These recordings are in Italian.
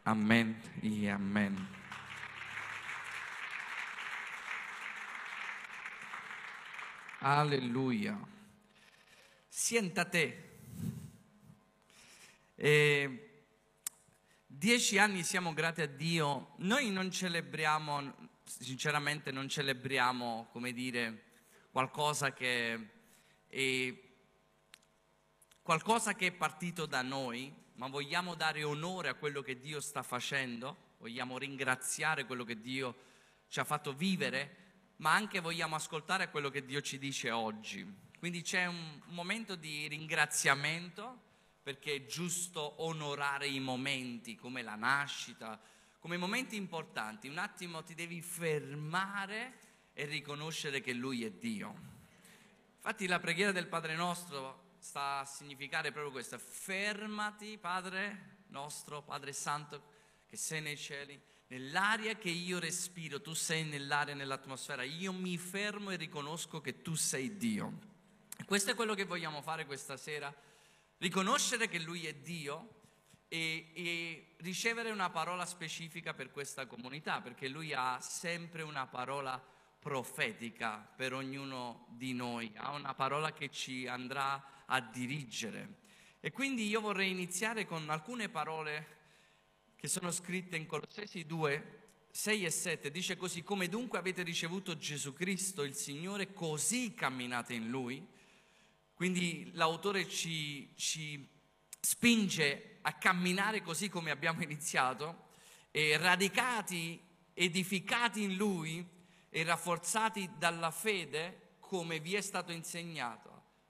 Amén y amén. Alleluia. Siéntate. 10 anni siamo grati a Dio. Noi non celebriamo, sinceramente non celebriamo, come dire, qualcosa che è partito da noi, ma vogliamo dare onore a quello che Dio sta facendo, vogliamo ringraziare quello che Dio ci ha fatto vivere, ma anche vogliamo ascoltare quello che Dio ci dice oggi. Quindi c'è un momento di ringraziamento, perché è giusto onorare i momenti come la nascita, come momenti importanti. Un attimo ti devi fermare e riconoscere che Lui è Dio. Infatti la preghiera del Padre nostro sta a significare proprio questo: fermati, Padre nostro, Padre Santo, che sei nei cieli, nell'aria che io respiro, tu sei nell'aria, nell'atmosfera, io mi fermo e riconosco che tu sei Dio. E questo è quello che vogliamo fare questa sera, riconoscere che Lui è Dio e ricevere una parola specifica per questa comunità, perché Lui ha sempre una parola profetica per ognuno di noi, ha una parola che ci andrà a dirigere. E quindi io vorrei iniziare con alcune parole che sono scritte in Colossesi 2, 6 e 7. Dice così: come dunque avete ricevuto Gesù Cristo il Signore, così camminate in Lui. Quindi l'autore ci spinge a camminare così come abbiamo iniziato, radicati, edificati in Lui e rafforzati dalla fede come vi è stato insegnato,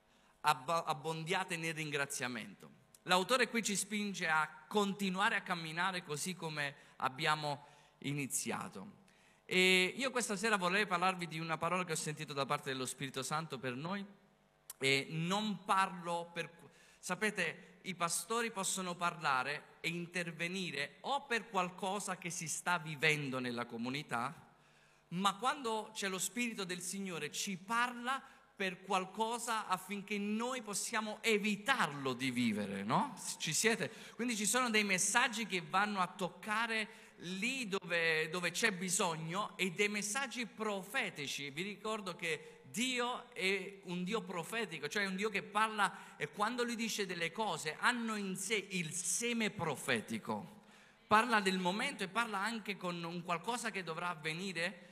abbondiate nel ringraziamento. L'autore qui ci spinge a continuare a camminare così come abbiamo iniziato. E io questa sera vorrei parlarvi di una parola che ho sentito da parte dello Spirito Santo per noi, e non parlo per... Sapete, i pastori possono parlare e intervenire o per qualcosa che si sta vivendo nella comunità, ma quando c'è lo Spirito del Signore ci parla per qualcosa affinché noi possiamo evitarlo di vivere, no? Ci siete? Quindi ci sono dei messaggi che vanno a toccare lì dove c'è bisogno, e dei messaggi profetici. Vi ricordo che Dio è un Dio profetico, cioè un Dio che parla, e quando Lui dice delle cose hanno in sé il seme profetico. Parla del momento e parla anche con un qualcosa che dovrà avvenire,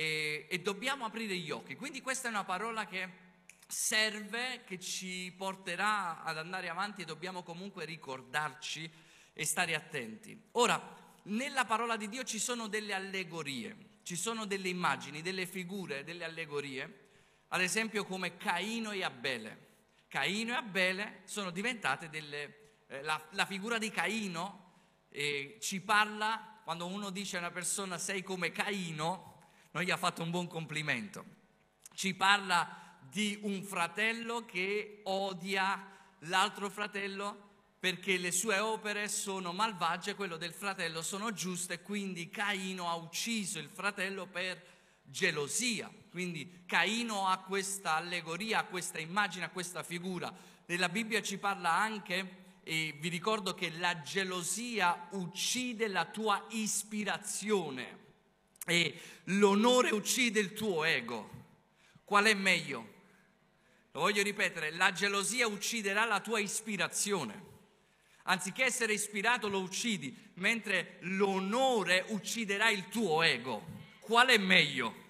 e dobbiamo aprire gli occhi. Quindi questa è una parola che serve, che ci porterà ad andare avanti, e dobbiamo comunque ricordarci e stare attenti. Ora, nella parola di Dio ci sono delle allegorie, ci sono delle immagini, delle figure, delle allegorie, ad esempio come Caino e Abele. Caino e Abele sono diventate la figura di Caino ci parla, quando uno dice a una persona sei come Caino, non gli ha fatto un buon complimento. Ci parla di un fratello che odia l'altro fratello perché le sue opere sono malvagie, quello del fratello sono giuste, quindi Caino ha ucciso il fratello per gelosia. Quindi Caino ha questa allegoria, ha questa immagine, ha questa figura. Nella Bibbia ci parla anche, e vi ricordo che la gelosia uccide la tua ispirazione e l'onore uccide il tuo ego. Qual è meglio? Lo voglio ripetere: la gelosia ucciderà la tua ispirazione. Anziché essere ispirato lo uccidi, mentre l'onore ucciderà il tuo ego. Qual è meglio?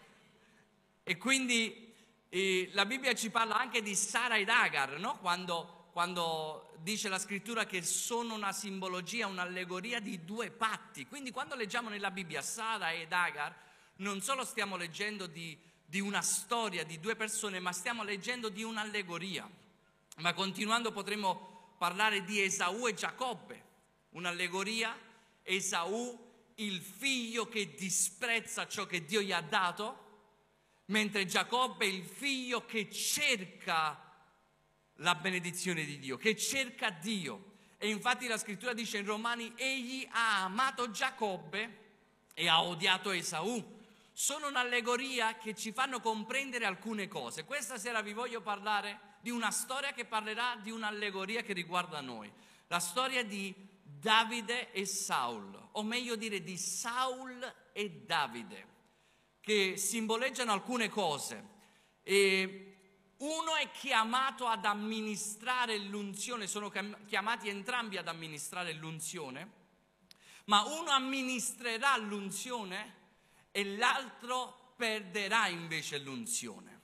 E quindi la Bibbia ci parla anche di Sara ed Agar, no? Quando dice la scrittura che sono una simbologia, un'allegoria di due patti. Quindi quando leggiamo nella Bibbia Sara ed Agar, non solo stiamo leggendo di una storia di due persone, ma stiamo leggendo di un'allegoria. Ma continuando potremo parlare di Esaù e Giacobbe, un'allegoria. Esaù, il figlio che disprezza ciò che Dio gli ha dato, mentre Giacobbe è il figlio che cerca la benedizione di Dio, che cerca Dio. E infatti la scrittura dice in Romani: egli ha amato Giacobbe e ha odiato Esaù. Sono un'allegoria che ci fanno comprendere alcune cose. Questa sera vi voglio parlare di una storia che parlerà di un'allegoria che riguarda noi, la storia di Davide e Saul, o meglio dire di Saul e Davide, che simboleggiano alcune cose. Uno è chiamato ad amministrare l'unzione, sono chiamati entrambi ad amministrare l'unzione, ma uno amministrerà l'unzione e l'altro perderà invece l'unzione.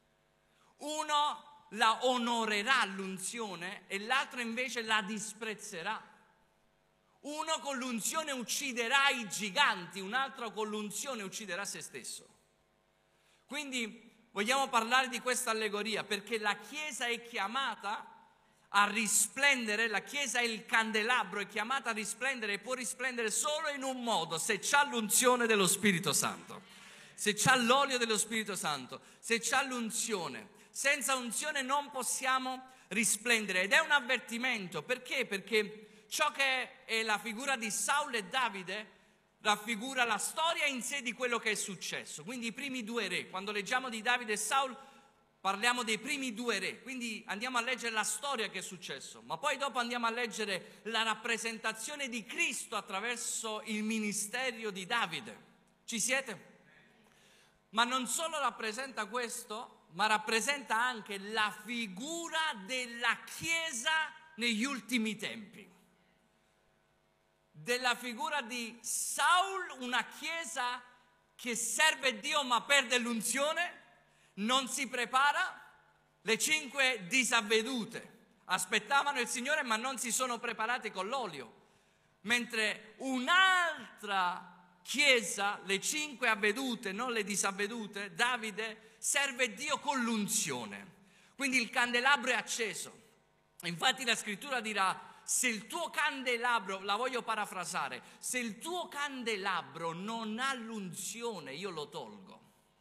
Uno la onorerà l'unzione e l'altro invece la disprezzerà. Uno con l'unzione ucciderà i giganti, un altro con l'unzione ucciderà se stesso. Quindi vogliamo parlare di questa allegoria perché la Chiesa è chiamata a risplendere, la Chiesa è il candelabro, è chiamata a risplendere e può risplendere solo in un modo, se c'ha l'unzione dello Spirito Santo, se c'ha l'olio dello Spirito Santo, se c'ha l'unzione. Senza unzione non possiamo risplendere ed è un avvertimento. Perché? Perché ciò che è la figura di Saul e Davide raffigura la storia in sé di quello che è successo. Quindi i primi due re, quando leggiamo di Davide e Saul parliamo dei primi due re, quindi andiamo a leggere la storia che è successo, ma poi dopo andiamo a leggere la rappresentazione di Cristo attraverso il ministero di Davide. Ci siete? Ma non solo rappresenta questo, ma rappresenta anche la figura della Chiesa negli ultimi tempi. Della figura di Saul, una Chiesa che serve Dio ma perde l'unzione, non si prepara, le 5 disavvedute aspettavano il Signore ma non si sono preparati con l'olio, mentre un'altra Chiesa, le 5 avvedute, non le disavvedute, Davide serve Dio con l'unzione, quindi il candelabro è acceso. Infatti la scrittura dirà: se il tuo candelabro, la voglio parafrasare, se il tuo candelabro non ha l'unzione, io lo tolgo,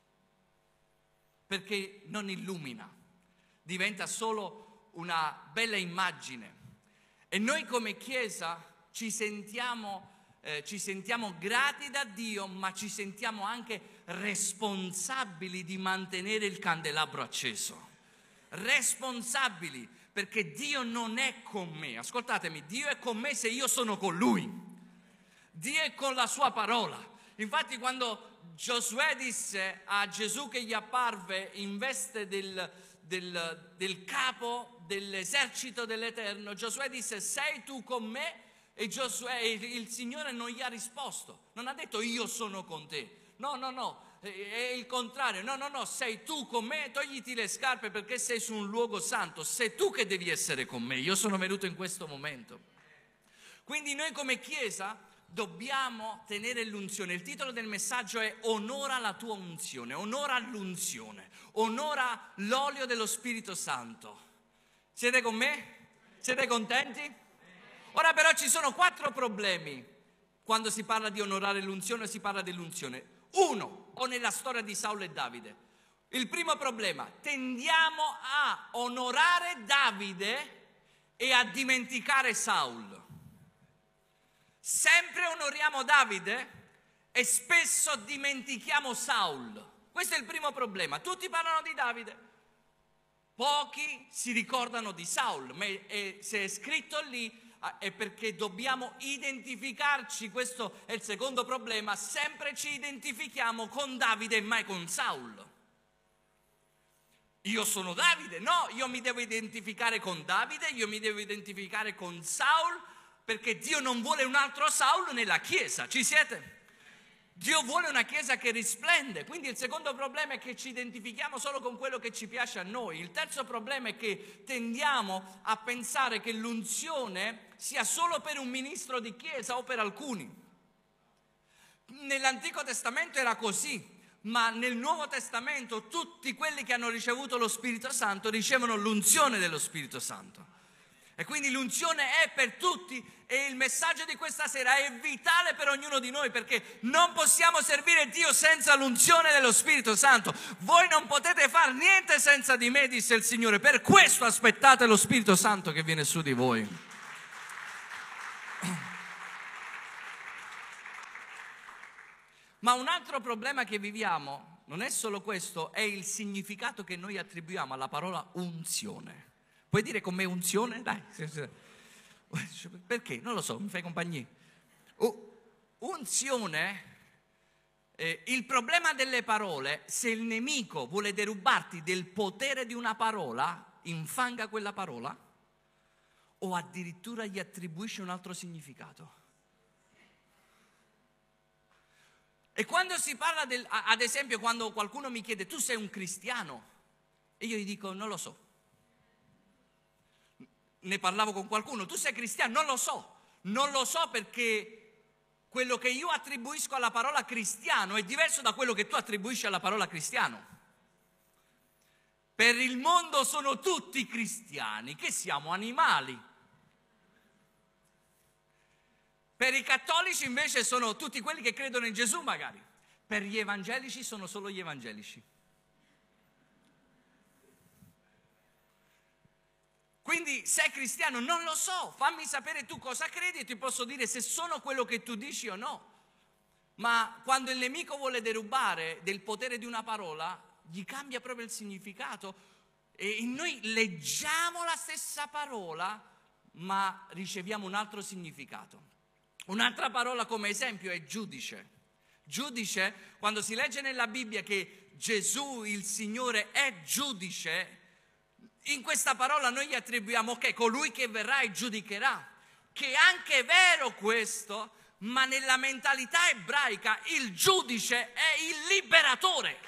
perché non illumina, diventa solo una bella immagine. E noi come Chiesa ci sentiamo grati da Dio, ma ci sentiamo anche responsabili di mantenere il candelabro acceso. Responsabili, perché Dio non è con me. Ascoltatemi, Dio è con me se io sono con Lui. Dio è con la sua parola. Infatti quando Giosuè disse a Gesù che gli apparve in veste del capo dell'esercito dell'Eterno, Giosuè disse: sei tu con me? E il Signore non gli ha risposto, non ha detto io sono con te, no, è il contrario, no, sei tu con me, togliti le scarpe perché sei su un luogo santo, sei tu che devi essere con me, io sono venuto in questo momento. Quindi noi come Chiesa dobbiamo tenere l'unzione. Il titolo del messaggio è onora la tua unzione, onora l'unzione, onora l'olio dello Spirito Santo. Siete con me? Siete contenti? Ora però ci sono 4 problemi quando si parla di onorare l'unzione, si parla dell'unzione. Uno, o nella storia di Saul e Davide. Il primo problema: tendiamo a onorare Davide e a dimenticare Saul. Sempre onoriamo Davide e spesso dimentichiamo Saul. Questo è il primo problema. Tutti parlano di Davide, pochi si ricordano di Saul, ma se è scritto lì è perché dobbiamo identificarci. Questo è il secondo problema: sempre ci identifichiamo con Davide e mai con Saul. Io sono Davide, no, io mi devo identificare con Davide, io mi devo identificare con Saul, perché Dio non vuole un altro Saul nella Chiesa. Ci siete? Dio vuole una Chiesa che risplende. Quindi il secondo problema è che ci identifichiamo solo con quello che ci piace a noi. Il terzo problema è che tendiamo a pensare che l'unzione sia solo per un ministro di Chiesa o per alcuni. Nell'Antico Testamento era così, ma nel Nuovo Testamento tutti quelli che hanno ricevuto lo Spirito Santo ricevono l'unzione dello Spirito Santo. E quindi l'unzione è per tutti e il messaggio di questa sera è vitale per ognuno di noi, perché non possiamo servire Dio senza l'unzione dello Spirito Santo. Voi non potete fare niente senza di me, disse il Signore, per questo aspettate lo Spirito Santo che viene su di voi. Ma un altro problema che viviamo non è solo questo, è il significato che noi attribuiamo alla parola unzione. Puoi dire con me unzione? Dai. Perché? Non lo so, mi fai compagnia. Unzione, il problema delle parole, se il nemico vuole derubarti del potere di una parola, infanga quella parola o addirittura gli attribuisce un altro significato. E quando si parla ad esempio, quando qualcuno mi chiede, tu sei un cristiano? E io gli dico, non lo so. Ne parlavo con qualcuno, tu sei cristiano? Non lo so perché quello che io attribuisco alla parola cristiano è diverso da quello che tu attribuisci alla parola cristiano. Per il mondo sono tutti cristiani, che siamo animali. Per i cattolici invece sono tutti quelli che credono in Gesù magari. Per gli evangelici sono solo gli evangelici. Quindi sei cristiano? Non lo so, fammi sapere tu cosa credi e ti posso dire se sono quello che tu dici o no. Ma quando il nemico vuole derubare del potere di una parola, gli cambia proprio il significato e noi leggiamo la stessa parola ma riceviamo un altro significato. Un'altra parola come esempio è giudice. Giudice, quando si legge nella Bibbia che Gesù, il Signore, è giudice, in questa parola noi gli attribuiamo che colui che verrà e giudicherà, che è anche vero questo, ma nella mentalità ebraica il giudice è il liberatore.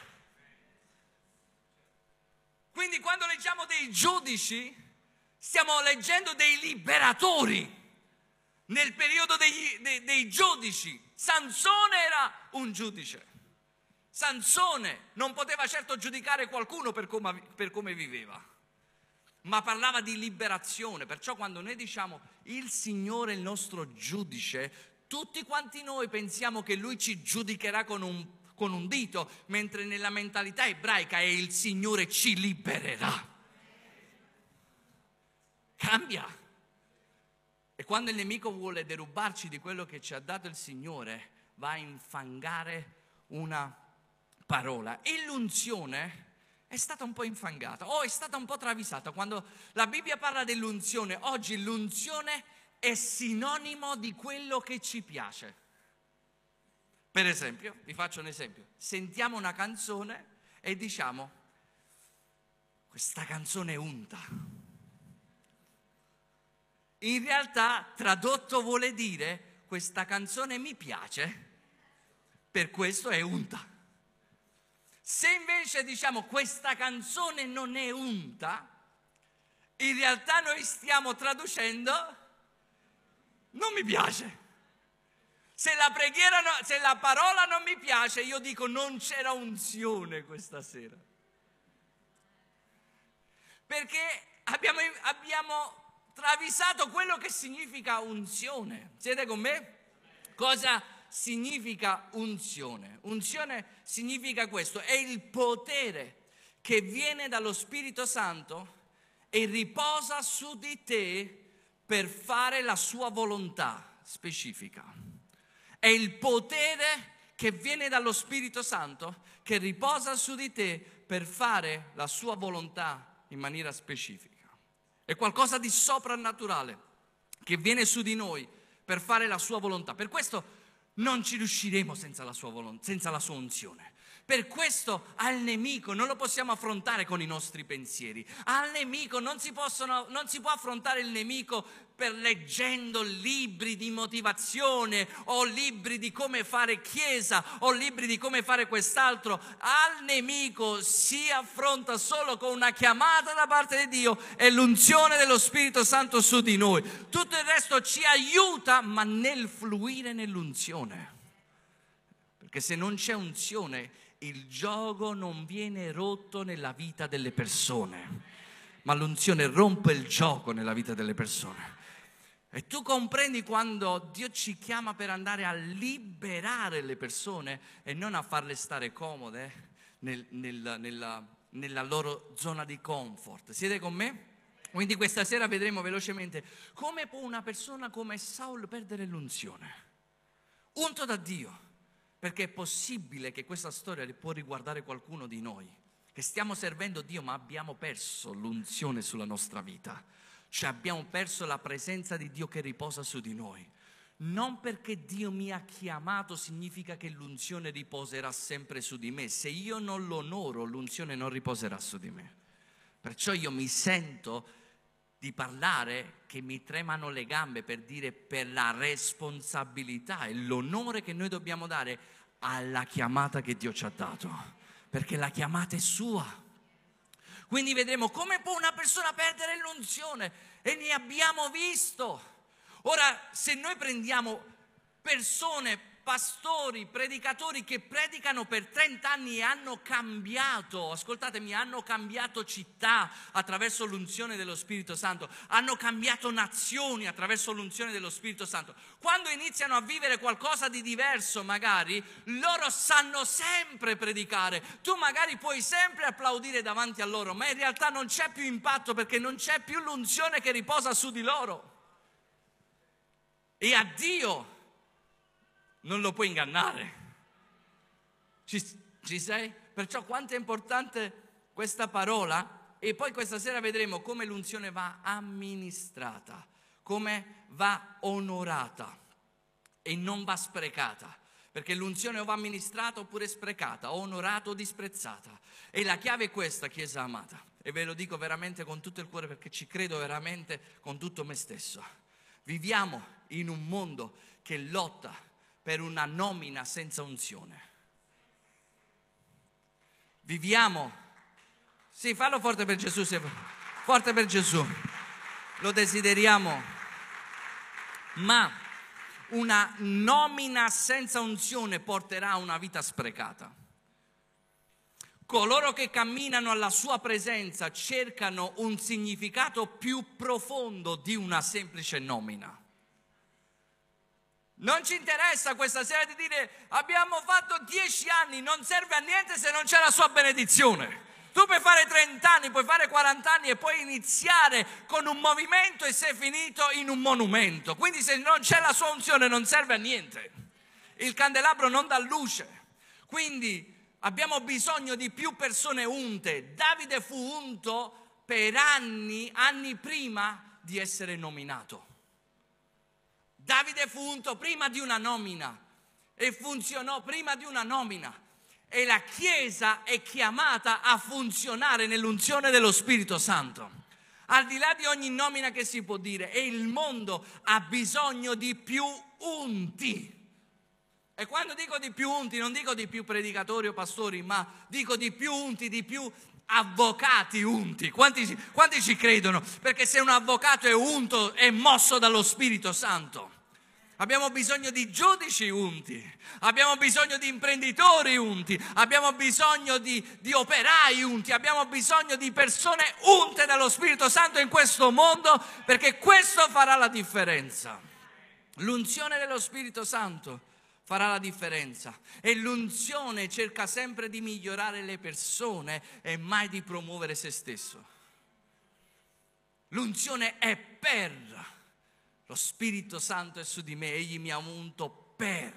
Quindi quando leggiamo dei giudici, stiamo leggendo dei liberatori. Nel periodo dei giudici, Sansone era un giudice. Sansone non poteva certo giudicare qualcuno per come viveva, ma parlava di liberazione. Perciò quando noi diciamo il Signore è il nostro giudice, tutti quanti noi pensiamo che Lui ci giudicherà con un dito, mentre nella mentalità ebraica è il Signore ci libererà. Cambia. E quando il nemico vuole derubarci di quello che ci ha dato il Signore, va a infangare una parola. E l'unzione è stata un po' infangata, o è stata un po' travisata. Quando la Bibbia parla dell'unzione, oggi l'unzione è sinonimo di quello che ci piace. Per esempio, vi faccio un esempio. Sentiamo una canzone e diciamo, questa canzone è unta. In realtà, tradotto vuole dire, questa canzone mi piace, per questo è unta. Se invece diciamo, questa canzone non è unta, in realtà noi stiamo traducendo, non mi piace. Se la parola non mi piace, io dico, non c'era unzione questa sera. Perché abbiamo travisato quello che significa unzione. Siete con me? Cosa significa unzione? Unzione significa questo, è il potere che viene dallo Spirito Santo e riposa su di te per fare la sua volontà specifica. È il potere che viene dallo Spirito Santo che riposa su di te per fare la sua volontà in maniera specifica. È qualcosa di soprannaturale che viene su di noi per fare la sua volontà. Per questo non ci riusciremo senza la sua volontà, senza la sua unzione. Per questo al nemico non lo possiamo affrontare con i nostri pensieri. Al nemico non si può affrontare il nemico leggendo libri di motivazione o libri di come fare chiesa o libri di come fare quest'altro. Al nemico si affronta solo con una chiamata da parte di Dio e l'unzione dello Spirito Santo su di noi. Tutto il resto ci aiuta, ma nel fluire nell'unzione. Perché se non c'è unzione, il gioco non viene rotto nella vita delle persone, ma l'unzione rompe il gioco nella vita delle persone. E tu comprendi quando Dio ci chiama per andare a liberare le persone e non a farle stare comode nella loro zona di comfort. Siete con me? Quindi questa sera vedremo velocemente come può una persona come Saul perdere l'unzione, unto da Dio. Perché è possibile che questa storia può riguardare qualcuno di noi, che stiamo servendo Dio ma abbiamo perso l'unzione sulla nostra vita. Cioè abbiamo perso la presenza di Dio che riposa su di noi. Non perché Dio mi ha chiamato significa che l'unzione riposerà sempre su di me. Se io non lo onoro, l'unzione non riposerà su di me. Perciò io mi sento di parlare che mi tremano le gambe per dire per la responsabilità e l'onore che noi dobbiamo dare alla chiamata che Dio ci ha dato. Perché la chiamata è sua. Quindi vedremo come può una persona perdere l'unzione e ne abbiamo visto. Ora, se noi prendiamo persone, pastori, predicatori che predicano per 30 anni e hanno cambiato, ascoltatemi, hanno cambiato città attraverso l'unzione dello Spirito Santo, hanno cambiato nazioni attraverso l'unzione dello Spirito Santo. Quando iniziano a vivere qualcosa di diverso, magari, loro sanno sempre predicare. Tu magari puoi sempre applaudire davanti a loro, ma in realtà non c'è più impatto perché non c'è più l'unzione che riposa su di loro. E a Dio non lo puoi ingannare. Ci sei? Perciò quanto è importante questa parola. E poi questa sera vedremo come l'unzione va amministrata, come va onorata e non va sprecata. Perché l'unzione o va amministrata oppure sprecata, o onorata o disprezzata. E la chiave è questa, Chiesa amata. E ve lo dico veramente con tutto il cuore perché ci credo veramente con tutto me stesso. Viviamo in un mondo che lotta per una nomina senza unzione. Viviamo, sì, fallo forte per Gesù, forte per Gesù, lo desideriamo, ma una nomina senza unzione porterà a una vita sprecata. Coloro che camminano alla sua presenza cercano un significato più profondo di una semplice nomina. Non ci interessa questa sera di dire abbiamo fatto 10 anni, non serve a niente se non c'è la sua benedizione. Tu puoi fare 30 anni, puoi fare 40 anni e puoi iniziare con un movimento e sei finito in un monumento. Quindi se non c'è la sua unzione non serve a niente. Il candelabro non dà luce. Quindi abbiamo bisogno di più persone unte. Davide fu unto per anni prima di essere nominato. Davide fu unto prima di una nomina e funzionò prima di una nomina. E la Chiesa è chiamata a funzionare nell'unzione dello Spirito Santo. Al di là di ogni nomina che si può dire, e il mondo ha bisogno di più unti. E quando dico di più unti, non dico di più predicatori o pastori, ma dico di più unti, di più avvocati unti. Quanti ci credono? Perché se un avvocato è unto, è mosso dallo Spirito Santo. Abbiamo bisogno di giudici unti, abbiamo bisogno di imprenditori unti, abbiamo bisogno di operai unti, abbiamo bisogno di persone unte dallo Spirito Santo in questo mondo, perché questo farà la differenza. L'unzione dello Spirito Santo farà la differenza e l'unzione cerca sempre di migliorare le persone e mai di promuovere se stesso. L'unzione è per. Lo Spirito Santo è su di me, Egli mi ha unto per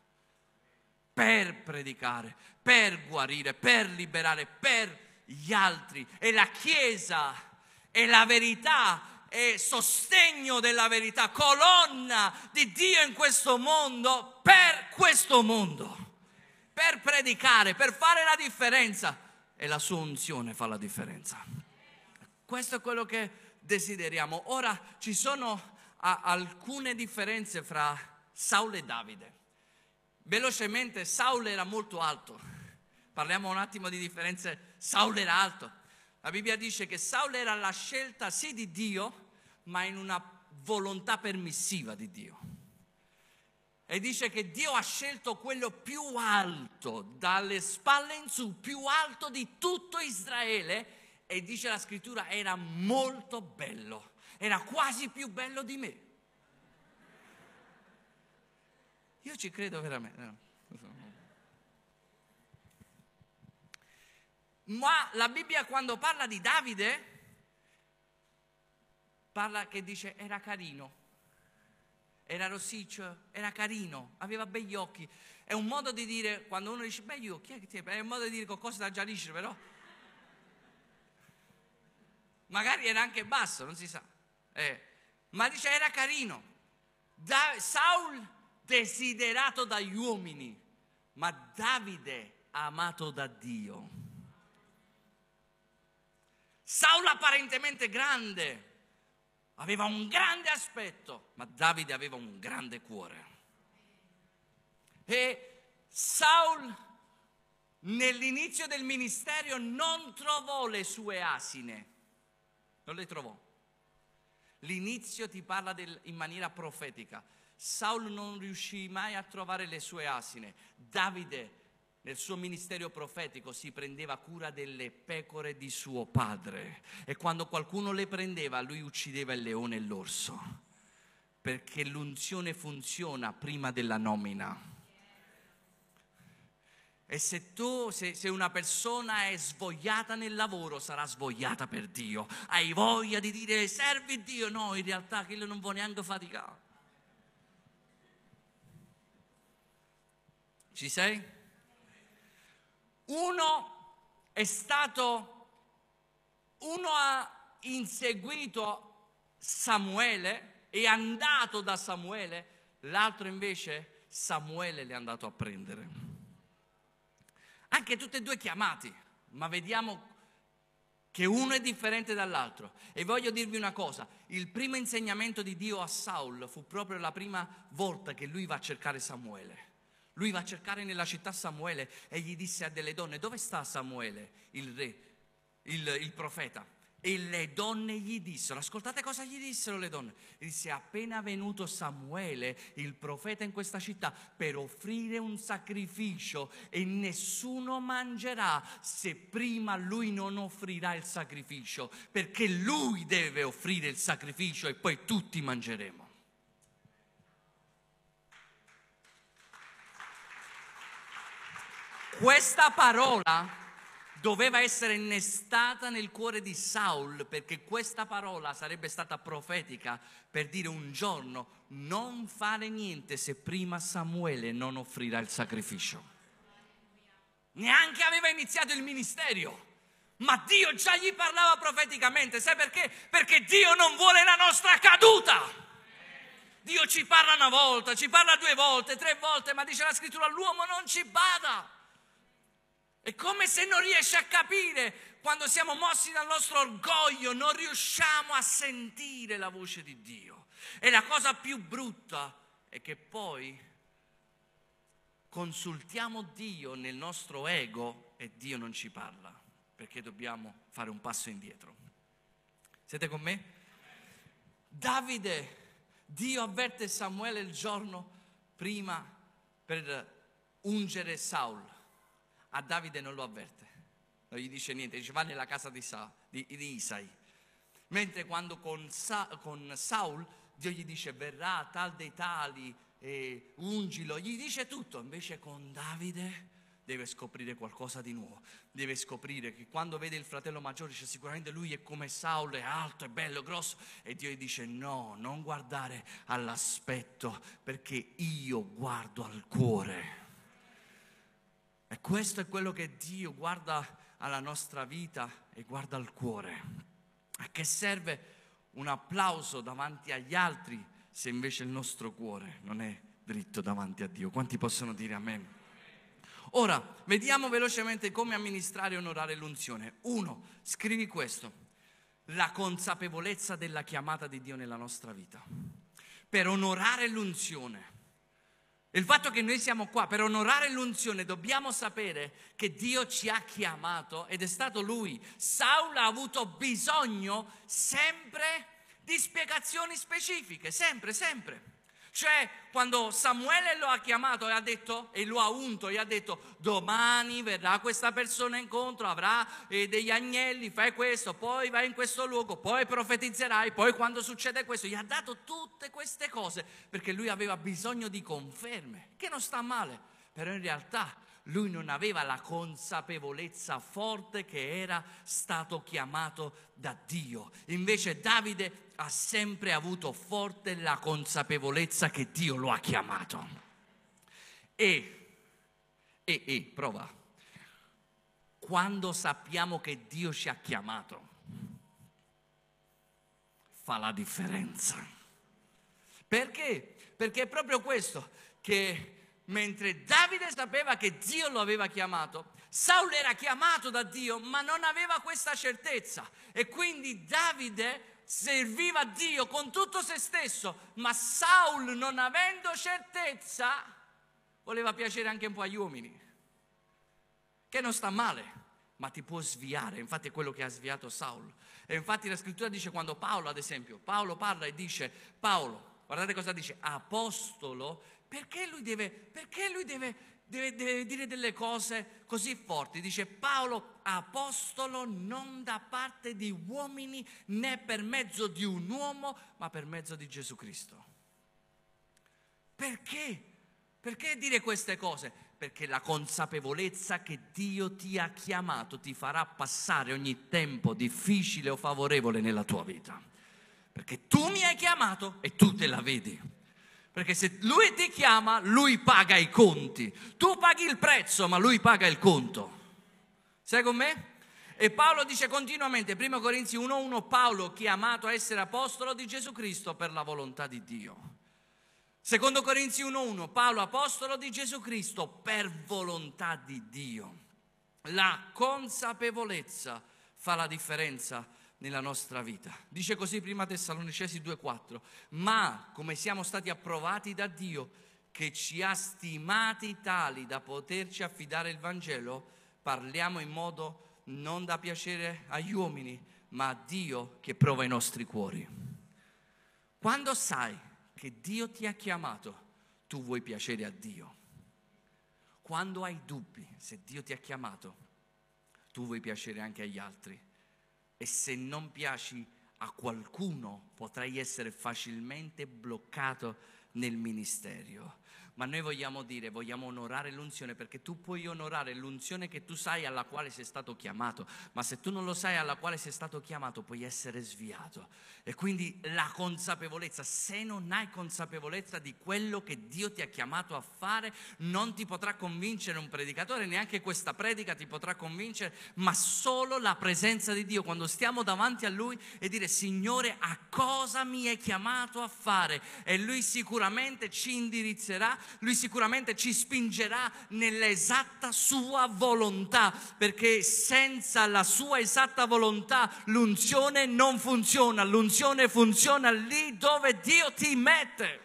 predicare, per guarire, per liberare, per gli altri. E la Chiesa è la verità, è sostegno della verità, colonna di Dio in questo mondo, per questo mondo, per predicare, per fare la differenza. E la sua unzione fa la differenza. Questo è quello che desideriamo. Ora ci sono alcune differenze fra Saulo e Davide. Velocemente, Saulo era molto alto. Parliamo un attimo di differenze. Saulo era alto. La Bibbia dice che Saulo era la scelta sì di Dio, ma in una volontà permissiva di Dio. E dice che Dio ha scelto quello più alto, dalle spalle in su, più alto di tutto Israele. E dice la scrittura, era molto bello. Era quasi più bello di me. Io ci credo veramente. Ma la Bibbia quando parla di Davide, parla che dice era carino, era rossiccio, era carino, aveva begli occhi. È un modo di dire, quando uno dice begli occhi, è un modo di dire qualcosa da giarisce, però. Magari era anche basso, non si sa. Ma dice era carino. Saul desiderato dagli uomini, ma Davide amato da Dio. Saul apparentemente grande, aveva un grande aspetto, ma Davide aveva un grande cuore. E Saul nell'inizio del ministero non trovò le sue asine, non le trovò. L'inizio ti parla in maniera profetica. Saul non riuscì mai a trovare le sue asine. Davide nel suo ministero profetico si prendeva cura delle pecore di suo padre, e quando qualcuno le prendeva lui uccideva il leone e l'orso, perché l'unzione funziona prima della nomina. E se una persona è svogliata nel lavoro, sarà svogliata per Dio. Hai voglia di dire servi Dio? No, in realtà quello non vuole neanche faticare. Ci sei? Uno ha inseguito Samuele, è andato da Samuele, l'altro invece Samuele l'è andato a prendere. Anche tutti e due chiamati, ma vediamo che uno è differente dall'altro. E voglio dirvi una cosa, il primo insegnamento di Dio a Saul fu proprio la prima volta che lui va a cercare Samuele. Lui va a cercare nella città Samuele e gli disse a delle donne: dove sta Samuele, il re, il profeta? E le donne gli dissero, ascoltate cosa gli dissero le donne. Gli disse: è appena venuto Samuele, il profeta, in questa città per offrire un sacrificio, e nessuno mangerà se prima lui non offrirà il sacrificio, perché lui deve offrire il sacrificio e poi tutti mangeremo. Questa parola doveva essere innestata nel cuore di Saul, perché questa parola sarebbe stata profetica per dire: un giorno non fare niente se prima Samuele non offrirà il sacrificio. Neanche aveva iniziato il ministero, ma Dio già gli parlava profeticamente. Sai perché? Perché Dio non vuole la nostra caduta. Dio ci parla una volta, ci parla 2 volte, 3 volte, ma dice la scrittura: l'uomo non ci bada. È come se non riesce a capire, quando siamo mossi dal nostro orgoglio, non riusciamo a sentire la voce di Dio. E la cosa più brutta è che poi consultiamo Dio nel nostro ego e Dio non ci parla, perché dobbiamo fare un passo indietro. Siete con me? Dio avverte Samuele il giorno prima per ungere Saul. A Davide non lo avverte, non gli dice niente, dice: va nella casa di Isai. Mentre quando con Saul Dio gli dice: verrà tal dei tali, ungilo, gli dice tutto. Invece con Davide deve scoprire qualcosa di nuovo, deve scoprire che quando vede il fratello maggiore dice: sicuramente lui è come Saul, è alto, è bello, grosso, e Dio gli dice: no, non guardare all'aspetto, perché io guardo al cuore. E questo è quello che Dio guarda alla nostra vita e guarda al cuore. A che serve un applauso davanti agli altri se invece il nostro cuore non è dritto davanti a Dio? Quanti possono dire amen? Ora, vediamo velocemente come amministrare e onorare l'unzione. 1, scrivi questo: la consapevolezza della chiamata di Dio nella nostra vita. Per onorare l'unzione, il fatto che noi siamo qua per onorare l'unzione, dobbiamo sapere che Dio ci ha chiamato ed è stato Lui. Saul ha avuto bisogno sempre di spiegazioni specifiche, sempre. Cioè, quando Samuele lo ha chiamato e ha detto, e lo ha unto e ha detto: domani verrà questa persona incontro, avrà degli agnelli, fai questo, poi vai in questo luogo, poi profetizzerai, poi quando succede questo, gli ha dato tutte queste cose perché lui aveva bisogno di conferme, che non sta male, però in realtà lui non aveva la consapevolezza forte che era stato chiamato da Dio. Invece Davide ha sempre avuto forte la consapevolezza che Dio lo ha chiamato. Prova. Quando sappiamo che Dio ci ha chiamato, fa la differenza. Perché? Perché è proprio questo, che mentre Davide sapeva che Dio lo aveva chiamato, Saul era chiamato da Dio, ma non aveva questa certezza. E quindi Davide serviva Dio con tutto se stesso, ma Saul, non avendo certezza, voleva piacere anche un po' agli uomini, che non sta male, ma ti può sviare. Infatti è quello che ha sviato Saul. E infatti la scrittura dice, quando Paolo, ad esempio, Paolo parla e dice, Paolo, guardate cosa dice, apostolo, perché lui deve dire delle cose così forti? Dice, Paolo, apostolo non da parte di uomini né per mezzo di un uomo, ma per mezzo di Gesù Cristo. Perché? Perché dire queste cose? Perché la consapevolezza che Dio ti ha chiamato ti farà passare ogni tempo difficile o favorevole nella tua vita. Perché tu mi hai chiamato e tu te la vedi. Perché se Lui ti chiama, Lui paga i conti. Tu paghi il prezzo, ma Lui paga il conto. Sei con me? E Paolo dice continuamente, 1 Corinzi 1:1, Paolo chiamato a essere apostolo di Gesù Cristo per la volontà di Dio. 2 Corinzi 1:1, Paolo apostolo di Gesù Cristo per volontà di Dio. La consapevolezza fa la differenza nella nostra vita. Dice così 1 Tessalonicesi 2:4, ma come siamo stati approvati da Dio che ci ha stimati tali da poterci affidare il Vangelo, parliamo in modo non da piacere agli uomini, ma a Dio che prova i nostri cuori. Quando sai che Dio ti ha chiamato, tu vuoi piacere a Dio. Quando hai dubbi, se Dio ti ha chiamato, tu vuoi piacere anche agli altri. E se non piaci a qualcuno, potrai essere facilmente bloccato nel ministero. Ma noi vogliamo onorare l'unzione, perché tu puoi onorare l'unzione che tu sai alla quale sei stato chiamato, ma se tu non lo sai alla quale sei stato chiamato, puoi essere sviato. E quindi la consapevolezza, se non hai consapevolezza di quello che Dio ti ha chiamato a fare, non ti potrà convincere un predicatore, neanche questa predica ti potrà convincere, ma solo la presenza di Dio, quando stiamo davanti a Lui e dire, Signore, a cosa mi hai chiamato a fare? E Lui sicuramente ci indirizzerà, Lui sicuramente ci spingerà nell'esatta sua volontà, perché senza la sua esatta volontà l'unzione non funziona. L'unzione funziona lì dove Dio ti mette,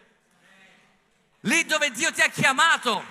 lì dove Dio ti ha chiamato.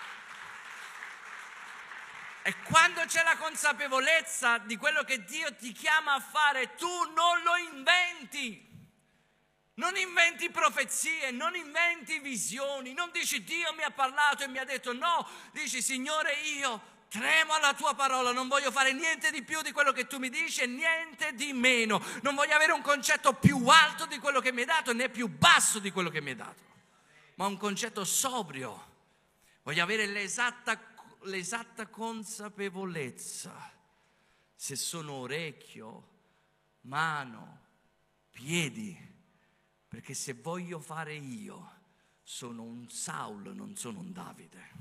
E quando c'è la consapevolezza di quello che Dio ti chiama a fare, tu non lo inventi. Non inventi profezie, non inventi visioni, non dici Dio mi ha parlato e mi ha detto, no, dici Signore, io tremo alla tua parola, non voglio fare niente di più di quello che tu mi dici e niente di meno, non voglio avere un concetto più alto di quello che mi hai dato né più basso di quello che mi hai dato, ma un concetto sobrio. Voglio avere l'esatta consapevolezza se sono orecchio, mano, piedi. Perché se voglio fare io, sono un Saul, non sono un Davide.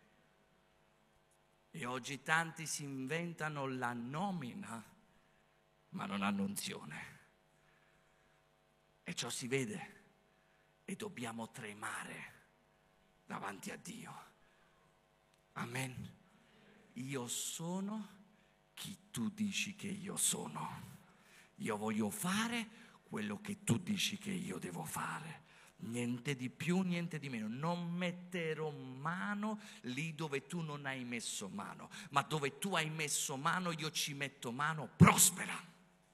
E oggi tanti si inventano la nomina, ma non hanno unzione. E ciò si vede. E dobbiamo tremare davanti a Dio. Amen. Io sono chi tu dici che io sono. Io voglio fare quello che tu dici che io devo fare, niente di più, niente di meno. Non metterò mano lì dove tu non hai messo mano, ma dove tu hai messo mano io ci metto mano. Prospera,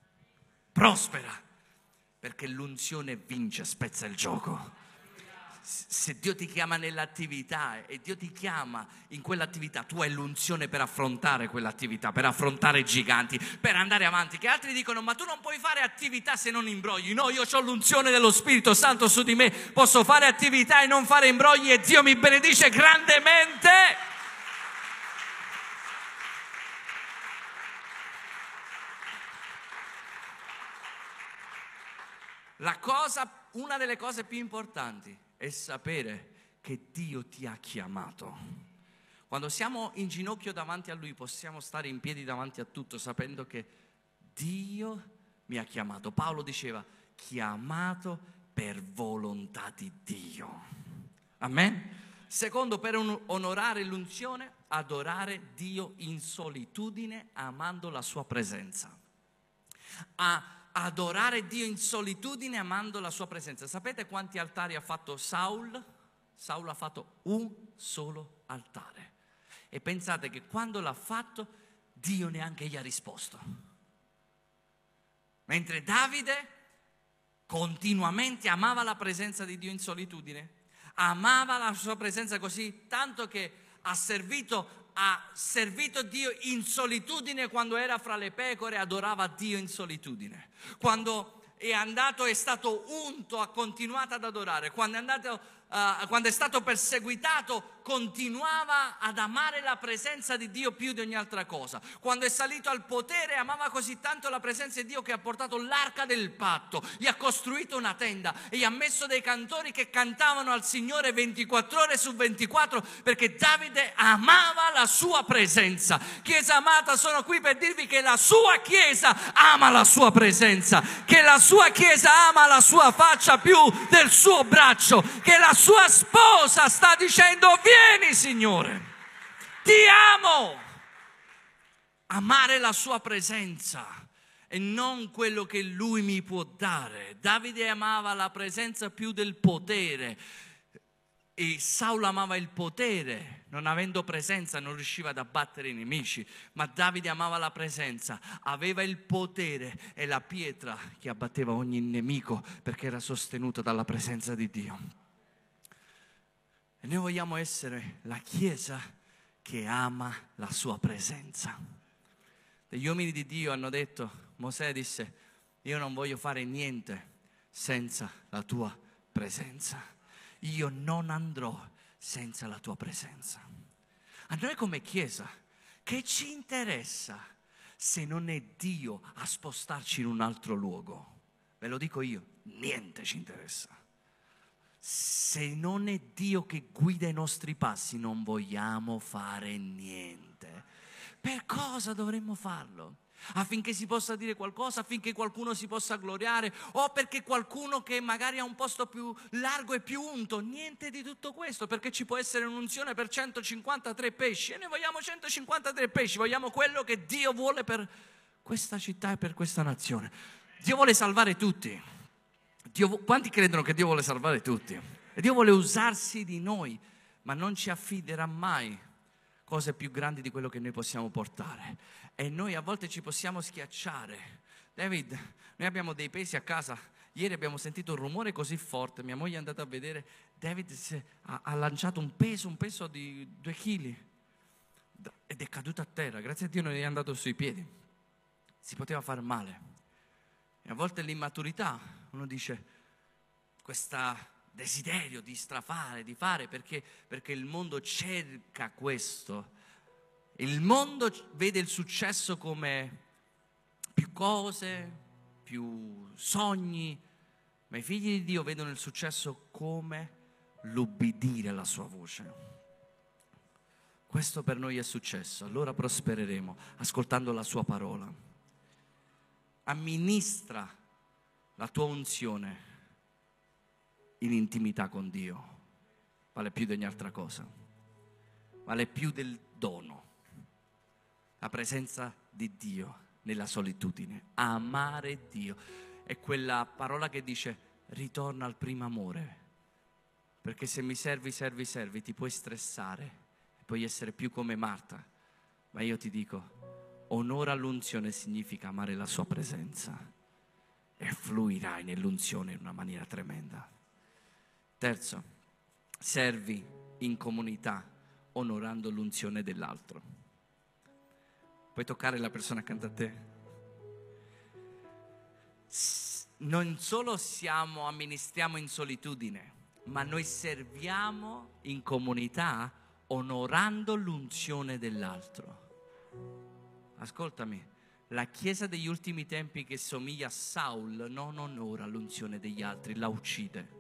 perché l'unzione vince, spezza il gioco. Se Dio ti chiama nell'attività e Dio ti chiama in quell'attività, tu hai l'unzione per affrontare quell'attività, per affrontare i giganti, per andare avanti. Che altri dicono, ma tu non puoi fare attività se non imbrogli. No, io ho l'unzione dello Spirito Santo su di me, posso fare attività e non fare imbrogli e Dio mi benedice grandemente. Una delle cose più importanti è sapere che Dio ti ha chiamato. Quando siamo in ginocchio davanti a Lui, possiamo stare in piedi davanti a tutto, sapendo che Dio mi ha chiamato. Paolo diceva, chiamato per volontà di Dio. Amen. Secondo, per onorare l'unzione, adorare Dio in solitudine, amando la sua presenza. Adorare Dio in solitudine, amando la sua presenza. Sapete quanti altari ha fatto Saul? Saul ha fatto un solo altare. E pensate che quando l'ha fatto, Dio neanche gli ha risposto. Mentre Davide continuamente amava la presenza di Dio in solitudine, amava la sua presenza così tanto che ha servito Dio in solitudine. Quando era fra le pecore, adorava Dio in solitudine. Quando è stato unto, ha continuato ad adorare. Quando è stato perseguitato, continuava ad amare la presenza di Dio più di ogni altra cosa. Quando è salito al potere, amava così tanto la presenza di Dio che ha portato l'arca del patto, gli ha costruito una tenda e gli ha messo dei cantori che cantavano al Signore 24 ore su 24, perché Davide amava la sua presenza. Chiesa amata, sono qui per dirvi che la sua chiesa ama la sua presenza, che la sua chiesa ama la sua faccia più del suo braccio, che la sua sposa sta dicendo: vieni Signore, ti amo. Amare la sua presenza e non quello che Lui mi può dare. Davide amava la presenza più del potere, e Saulo amava il potere. Non avendo presenza non riusciva ad abbattere i nemici, ma Davide amava la presenza, aveva il potere e la pietra che abbatteva ogni nemico, perché era sostenuto dalla presenza di Dio. E noi vogliamo essere la chiesa che ama la sua presenza. Degli uomini di Dio hanno detto, Mosè disse: io non voglio fare niente senza la tua presenza. Io non andrò senza la tua presenza. A noi come chiesa, che ci interessa se non è Dio a spostarci in un altro luogo? Ve lo dico io, niente ci interessa. Se non è Dio che guida i nostri passi, non vogliamo fare niente. Per cosa dovremmo farlo? Affinché si possa dire qualcosa, affinché qualcuno si possa gloriare, o perché qualcuno che magari ha un posto più largo e più unto? Niente di tutto questo, perché ci può essere un'unzione per 153 pesci e noi vogliamo 153 pesci, vogliamo quello che Dio vuole per questa città e per questa nazione. Dio vuole salvare tutti. Quanti credono che Dio vuole salvare tutti? E Dio vuole usarsi di noi, ma non ci affiderà mai cose più grandi di quello che noi possiamo portare. E noi a volte ci possiamo schiacciare. David, noi abbiamo dei pesi a casa. Ieri abbiamo sentito un rumore così forte, mia moglie è andata a vedere, David ha lanciato un peso di 2 chili ed è caduto a terra. Grazie a Dio non è andato sui piedi. Si poteva far male. E a volte l'immaturità, uno dice, questo desiderio di strafare, di fare, perché il mondo cerca questo. Il mondo vede il successo come più cose, più sogni, ma i figli di Dio vedono il successo come l'ubbidire alla sua voce. Questo per noi è successo, allora prospereremo ascoltando la sua parola. Amministra la tua unzione in intimità con Dio, vale più di ogni altra cosa, vale più del dono. La presenza di Dio nella solitudine, amare Dio, è quella parola che dice ritorna al primo amore, perché se mi servi ti puoi stressare, puoi essere più come Marta, ma io ti dico, onora l'unzione significa amare la sua presenza e fluirai nell'unzione in una maniera tremenda. Terzo, servi in comunità onorando l'unzione dell'altro. Puoi toccare la persona accanto a te. Non solo amministriamo in solitudine, ma noi serviamo in comunità onorando l'unzione dell'altro. Ascoltami, la chiesa degli ultimi tempi che somiglia a Saul non onora l'unzione degli altri, la uccide.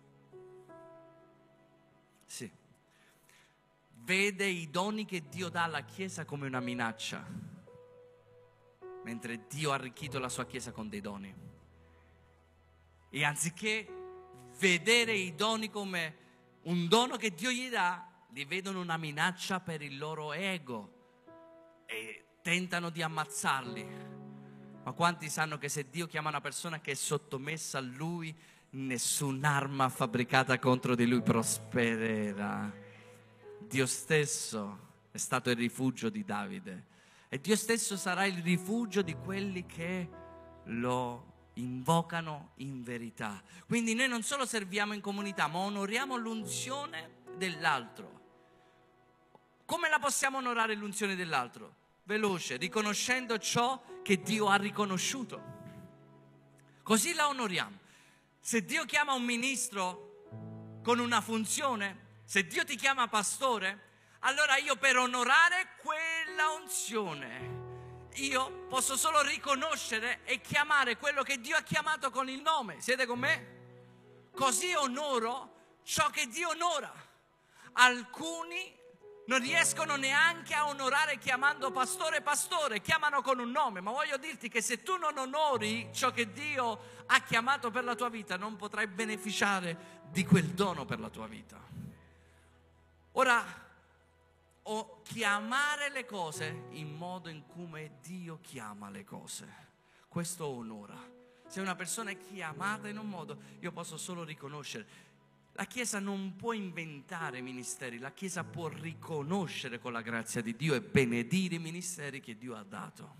Sì. Vede i doni che Dio dà alla chiesa come una minaccia, mentre Dio ha arricchito la sua chiesa con dei doni. E anziché vedere i doni come un dono che Dio gli dà, li vedono una minaccia per il loro ego e tentano di ammazzarli. Ma quanti sanno che se Dio chiama una persona che è sottomessa a Lui, nessun'arma fabbricata contro di Lui prospererà? Dio stesso è stato il rifugio di Davide e Dio stesso sarà il rifugio di quelli che lo invocano in verità. Quindi noi non solo serviamo in comunità, ma onoriamo l'unzione dell'altro. Come la possiamo onorare l'unzione dell'altro? Veloce, riconoscendo ciò che Dio ha riconosciuto. Così la onoriamo. Se Dio chiama un ministro con una funzione, se Dio ti chiama pastore, allora io per onorare quella unzione, io posso solo riconoscere e chiamare quello che Dio ha chiamato con il nome. Siete con me? Così onoro ciò che Dio onora. Alcuni non riescono neanche a onorare chiamando pastore, chiamano con un nome, ma voglio dirti che se tu non onori ciò che Dio ha chiamato per la tua vita, non potrai beneficiare di quel dono per la tua vita. Ora, o chiamare le cose in modo in come Dio chiama le cose, questo onora. Se una persona è chiamata in un modo, io posso solo riconoscere. La Chiesa non può inventare ministeri, la Chiesa può riconoscere con la grazia di Dio e benedire i ministeri che Dio ha dato.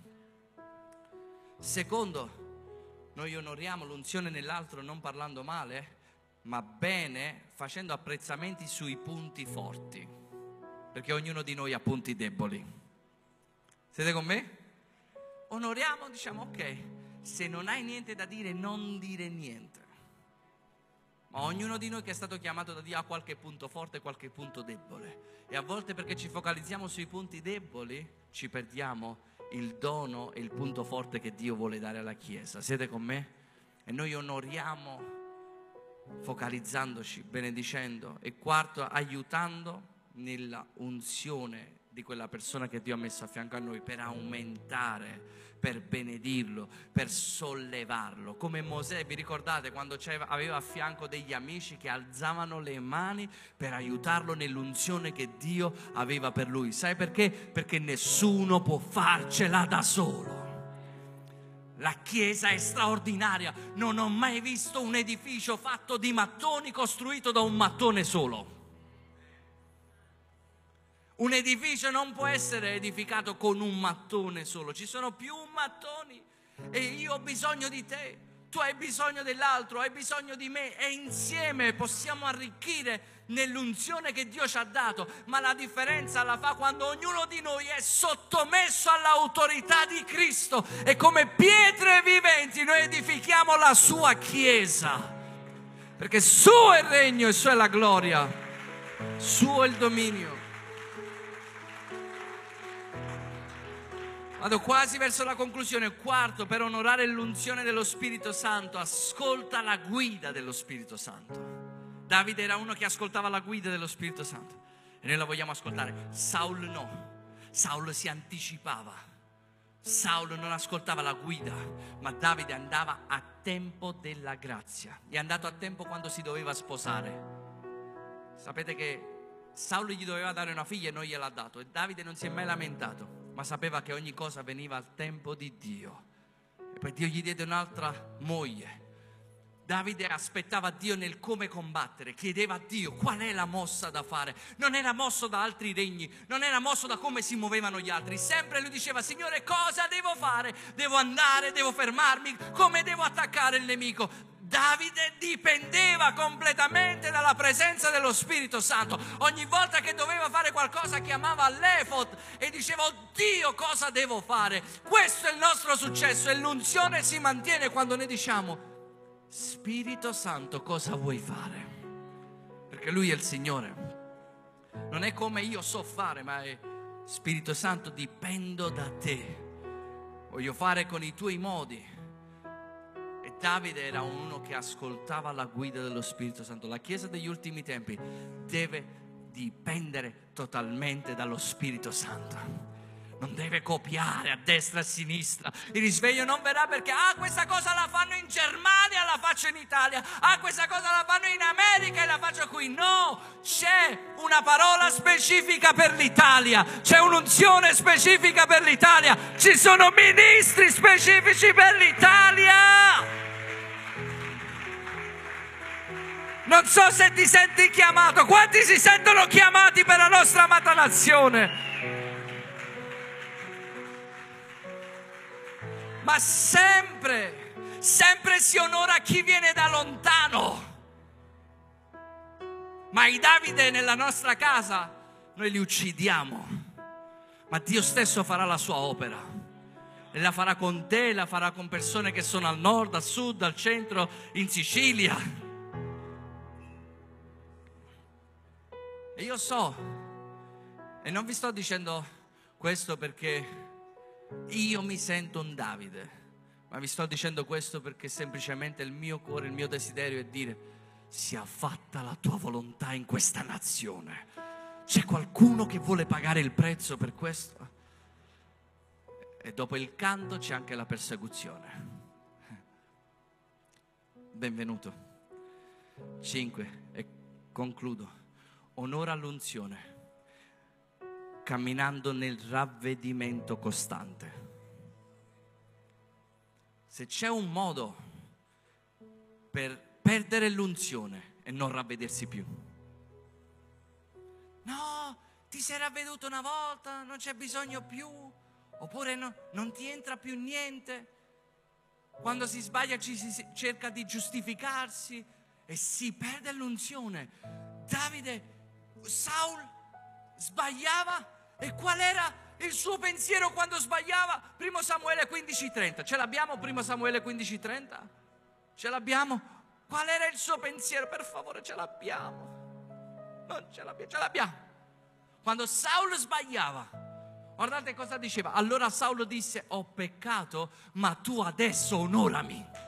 Secondo, noi onoriamo l'unzione nell'altro non parlando male, ma bene, facendo apprezzamenti sui punti forti. Perché ognuno di noi ha punti deboli. Siete con me? Onoriamo, diciamo ok, se non hai niente da dire non dire niente. Ma ognuno di noi che è stato chiamato da Dio ha qualche punto forte e qualche punto debole. E a volte perché ci focalizziamo sui punti deboli ci perdiamo il dono e il punto forte che Dio vuole dare alla Chiesa. Siete con me? E noi onoriamo focalizzandoci, benedicendo. E quarto, aiutando nella unzione di quella persona che Dio ha messo a fianco a noi per aumentare, per benedirlo, per sollevarlo. Come Mosè, vi ricordate quando aveva a fianco degli amici che alzavano le mani per aiutarlo nell'unzione che Dio aveva per lui? Sai perché? Perché nessuno può farcela da solo. La Chiesa è straordinaria. Non ho mai visto un edificio fatto di mattoni costruito da un mattone solo. Un edificio non può essere edificato con un mattone solo, ci sono più mattoni e io ho bisogno di te, tu hai bisogno dell'altro, hai bisogno di me e insieme possiamo arricchire nell'unzione che Dio ci ha dato, ma la differenza la fa quando ognuno di noi è sottomesso all'autorità di Cristo e come pietre viventi noi edifichiamo la sua Chiesa, perché suo è il regno e sua è la gloria, suo è il dominio. Vado quasi verso la conclusione. Quarto, per onorare l'unzione dello Spirito Santo, ascolta la guida dello Spirito Santo. Davide era uno che ascoltava la guida dello Spirito Santo e noi la vogliamo ascoltare. Saul no, Saul si anticipava, Saul non ascoltava la guida, ma Davide andava a tempo della grazia. È andato a tempo quando si doveva sposare. Sapete che Saul gli doveva dare una figlia e non gliel'ha dato, e Davide non si è mai lamentato, ma sapeva che ogni cosa veniva al tempo di Dio. E poi Dio gli diede un'altra moglie. Davide aspettava Dio nel come combattere, chiedeva a Dio qual è la mossa da fare. Non era mosso da altri regni, non era mosso da come si muovevano gli altri. Sempre lui diceva: Signore, cosa devo fare? Devo andare, devo fermarmi, come devo attaccare il nemico? Davide dipendeva completamente dalla presenza dello Spirito Santo. Ogni volta che doveva fare qualcosa chiamava all'Efod e diceva: oh Dio, cosa devo fare? Questo è il nostro successo, e l'unzione si mantiene quando noi diciamo: Spirito Santo, cosa vuoi fare? Perché Lui è il Signore. Non è come io so fare, ma è: Spirito Santo, dipendo da te, voglio fare con i tuoi modi. E Davide era uno che ascoltava la guida dello Spirito Santo. La Chiesa degli ultimi tempi deve dipendere totalmente dallo Spirito Santo. Non deve copiare a destra e a sinistra. Il risveglio non verrà perché questa cosa la fanno in Germania, la faccio in Italia. Questa cosa la fanno in America e la faccio qui. No, c'è una parola specifica per l'Italia. C'è un'unzione specifica per l'Italia. Ci sono ministri specifici per l'Italia. Non so se ti senti chiamato. Quanti si sentono chiamati per la nostra amata nazione? Ma sempre si onora chi viene da lontano. Ma i Davide nella nostra casa noi li uccidiamo. Ma Dio stesso farà la sua opera. E la farà con te, la farà con persone che sono al nord, al sud, al centro, in Sicilia. E io so, e non vi sto dicendo questo perché io mi sento un Davide, ma vi sto dicendo questo perché semplicemente il mio cuore, il mio desiderio è dire: sia fatta la tua volontà in questa nazione. C'è qualcuno che vuole pagare il prezzo per questo? E dopo il canto c'è anche la persecuzione. Benvenuto. 5, e concludo. Onora l'unzione, camminando nel ravvedimento costante. Se c'è un modo per perdere l'unzione è non ravvedersi più. No, ti sei ravveduto una volta, non c'è bisogno più. Oppure non ti entra più niente. Quando si sbaglia si cerca di giustificarsi e si perde l'unzione. Saul sbagliava, e qual era il suo pensiero quando sbagliava? 1 Samuele 15:30. Ce l'abbiamo 1 Samuele 15:30? Ce l'abbiamo? Qual era il suo pensiero? Per favore, ce l'abbiamo. Non ce l'abbiamo, ce l'abbiamo. Quando Saul sbagliava, guardate cosa diceva. Allora Saul disse: ho peccato, ma tu adesso onorami.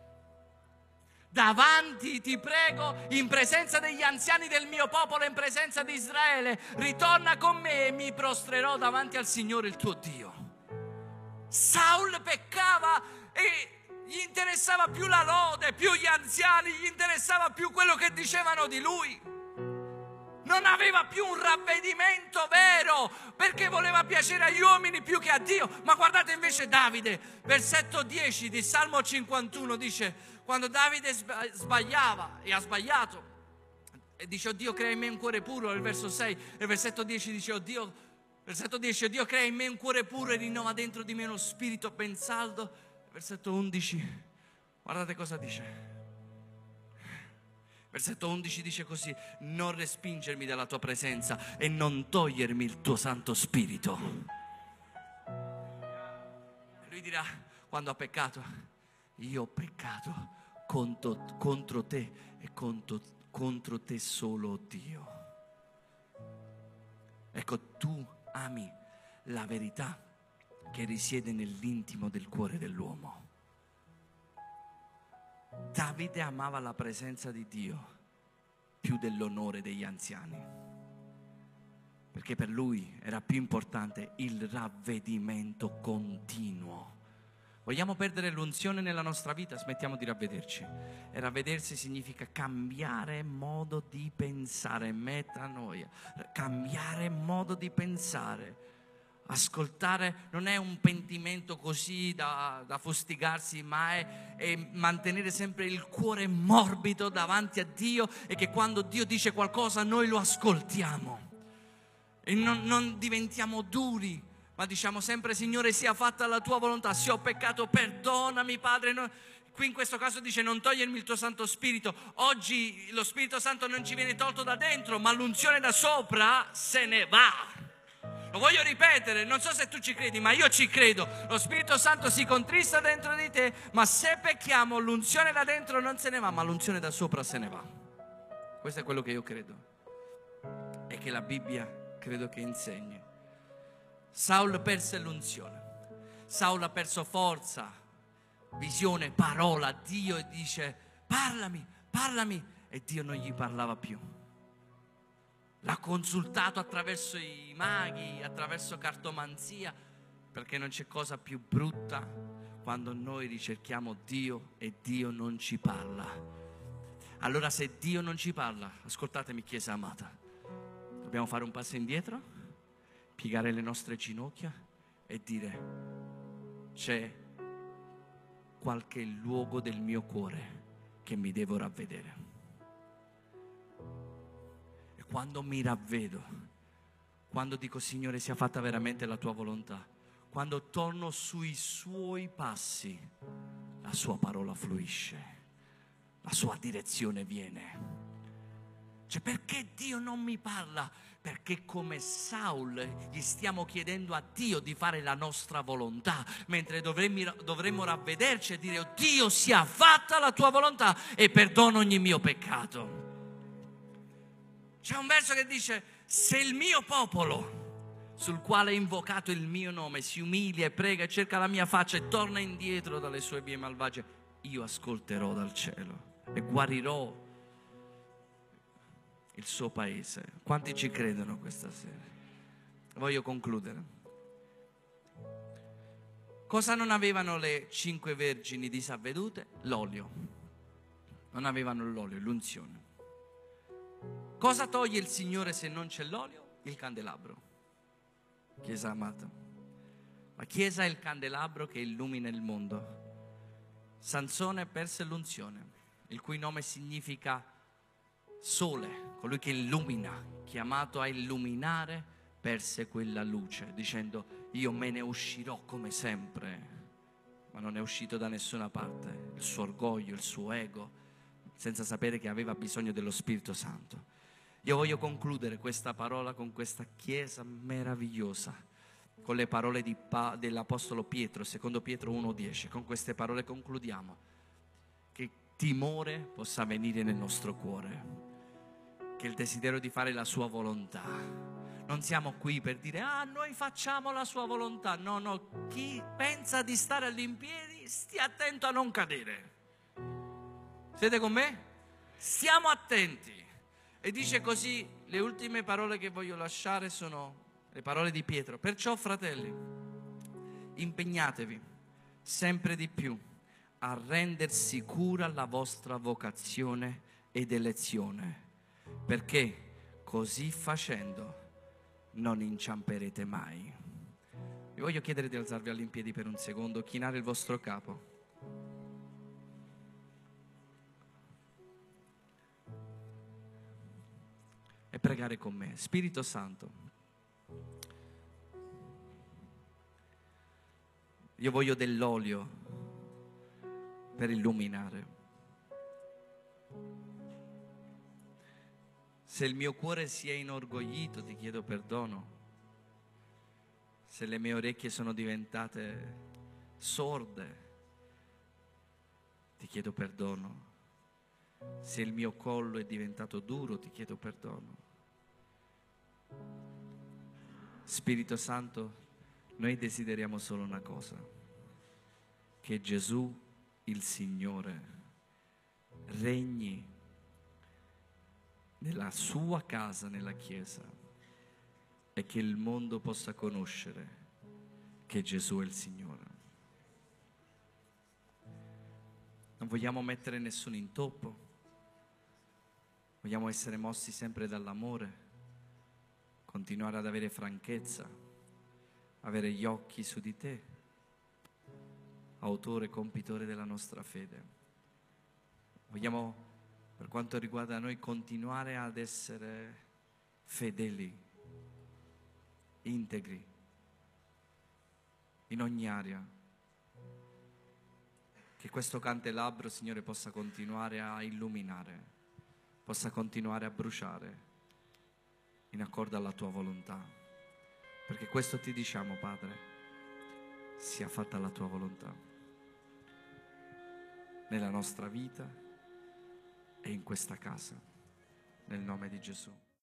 Davanti, ti prego, in presenza degli anziani del mio popolo, in presenza di Israele, ritorna con me e mi prostrerò davanti al Signore il tuo Dio. Saul peccava e gli interessava più la lode, più gli anziani, gli interessava più quello che dicevano di lui. Non aveva più un ravvedimento vero, perché voleva piacere agli uomini più che a Dio. Ma guardate invece Davide, versetto 10 di Salmo 51, dice: quando Davide sbagliava e ha sbagliato, e dice: oh Dio, crea in me un cuore puro, nel verso 6, e versetto 10 dice: versetto 10, oh Dio, crea in me un cuore puro e rinnova dentro di me uno spirito ben saldo. Versetto 11, guardate cosa dice. Versetto 11 dice così: non respingermi dalla tua presenza e non togliermi il tuo Santo Spirito. E lui dirà, quando ha peccato: io ho peccato contro te e contro te solo, Dio. Ecco, tu ami la verità che risiede nell'intimo del cuore dell'uomo. Davide amava la presenza di Dio più dell'onore degli anziani, perché per lui era più importante il ravvedimento continuo. Vogliamo perdere l'unzione nella nostra vita? Smettiamo di ravvederci. E ravvedersi significa cambiare modo di pensare, metanoia, cambiare modo di pensare. Ascoltare non è un pentimento così da fustigarsi, ma è mantenere sempre il cuore morbido davanti a Dio, e che quando Dio dice qualcosa noi lo ascoltiamo e non diventiamo duri, ma diciamo sempre: Signore, sia fatta la tua volontà. Se ho peccato, perdonami, Padre. Qui in questo caso dice: non togliermi il tuo Santo Spirito. Oggi lo Spirito Santo non ci viene tolto da dentro, ma l'unzione da sopra se ne va. Lo voglio ripetere, non so se tu ci credi, ma io ci credo. Lo Spirito Santo si contrista dentro di te, ma se pecchiamo l'unzione da dentro non se ne va, ma l'unzione da sopra se ne va. Questo è quello che io credo e che la Bibbia credo che insegni. Saul perse l'unzione, Saul ha perso forza, visione, parola. Dio dice: parlami, parlami, e Dio non gli parlava più. l'ha consultato attraverso i maghi, attraverso cartomanzia, perché non c'è cosa più brutta quando noi ricerchiamo Dio e Dio non ci parla. Allora se Dio non ci parla, ascoltatemi Chiesa amata, dobbiamo fare un passo indietro, piegare le nostre ginocchia e dire: c'è qualche luogo del mio cuore che mi devo ravvedere. E quando mi ravvedo, quando dico Signore sia fatta veramente la tua volontà, quando torno sui suoi passi, la sua parola fluisce, la sua direzione viene. Cioè, perché Dio non mi parla? Perché come Saul gli stiamo chiedendo a Dio di fare la nostra volontà, mentre dovremmo ravvederci e dire: oh Dio, sia fatta la tua volontà e perdono ogni mio peccato. C'è un verso che dice: se il mio popolo, sul quale è invocato il mio nome, si umilia e prega e cerca la mia faccia e torna indietro dalle sue vie malvagie, io ascolterò dal cielo e guarirò il suo paese. Quanti ci credono questa sera? Voglio concludere. Cosa non avevano le 5 vergini disavvedute? L'olio. Non avevano l'olio, l'unzione. Cosa toglie il Signore se non c'è l'olio? Il candelabro. Chiesa amata, la Chiesa è il candelabro che illumina il mondo. Sansone perse l'unzione, il cui nome significa sole, colui che illumina, chiamato a illuminare, perse quella luce, dicendo: io me ne uscirò come sempre, ma non è uscito da nessuna parte. Il suo orgoglio, il suo ego, senza sapere che aveva bisogno dello Spirito Santo. Io voglio concludere questa parola con questa Chiesa meravigliosa, con le parole dell'Apostolo Pietro, secondo Pietro 1,10. Con queste parole concludiamo: che timore possa venire nel nostro cuore, che il desiderio di fare la sua volontà. Non siamo qui per dire: ah, noi facciamo la sua volontà. No, chi pensa di stare all'impiedi stia attento a non cadere. Siete con me? Stiamo attenti. E dice così, le ultime parole che voglio lasciare sono le parole di Pietro: perciò, fratelli, impegnatevi sempre di più a render sicura la vostra vocazione ed elezione, perché così facendo non inciamperete mai. Vi voglio chiedere di alzarvi all'impiedi per un secondo, chinare il vostro capo e pregare con me. Spirito Santo, io voglio dell'olio per illuminare. Se il mio cuore si è inorgoglito, ti chiedo perdono. Se le mie orecchie sono diventate sorde, ti chiedo perdono. Se il mio collo è diventato duro, ti chiedo perdono. Spirito Santo, noi desideriamo solo una cosa: che Gesù, il Signore, regni nella sua casa, nella Chiesa, e che il mondo possa conoscere che Gesù è il Signore. Non vogliamo mettere nessun intoppo. Vogliamo essere mossi sempre dall'amore, continuare ad avere franchezza, avere gli occhi su di te, autore e compitore della nostra fede. Vogliamo, per quanto riguarda noi, continuare ad essere fedeli, integri, in ogni area. Che questo candelabro, Signore, possa continuare a illuminare, possa continuare a bruciare in accordo alla tua volontà, perché questo ti diciamo, Padre: sia fatta la tua volontà nella nostra vita e in questa casa, nel nome di Gesù.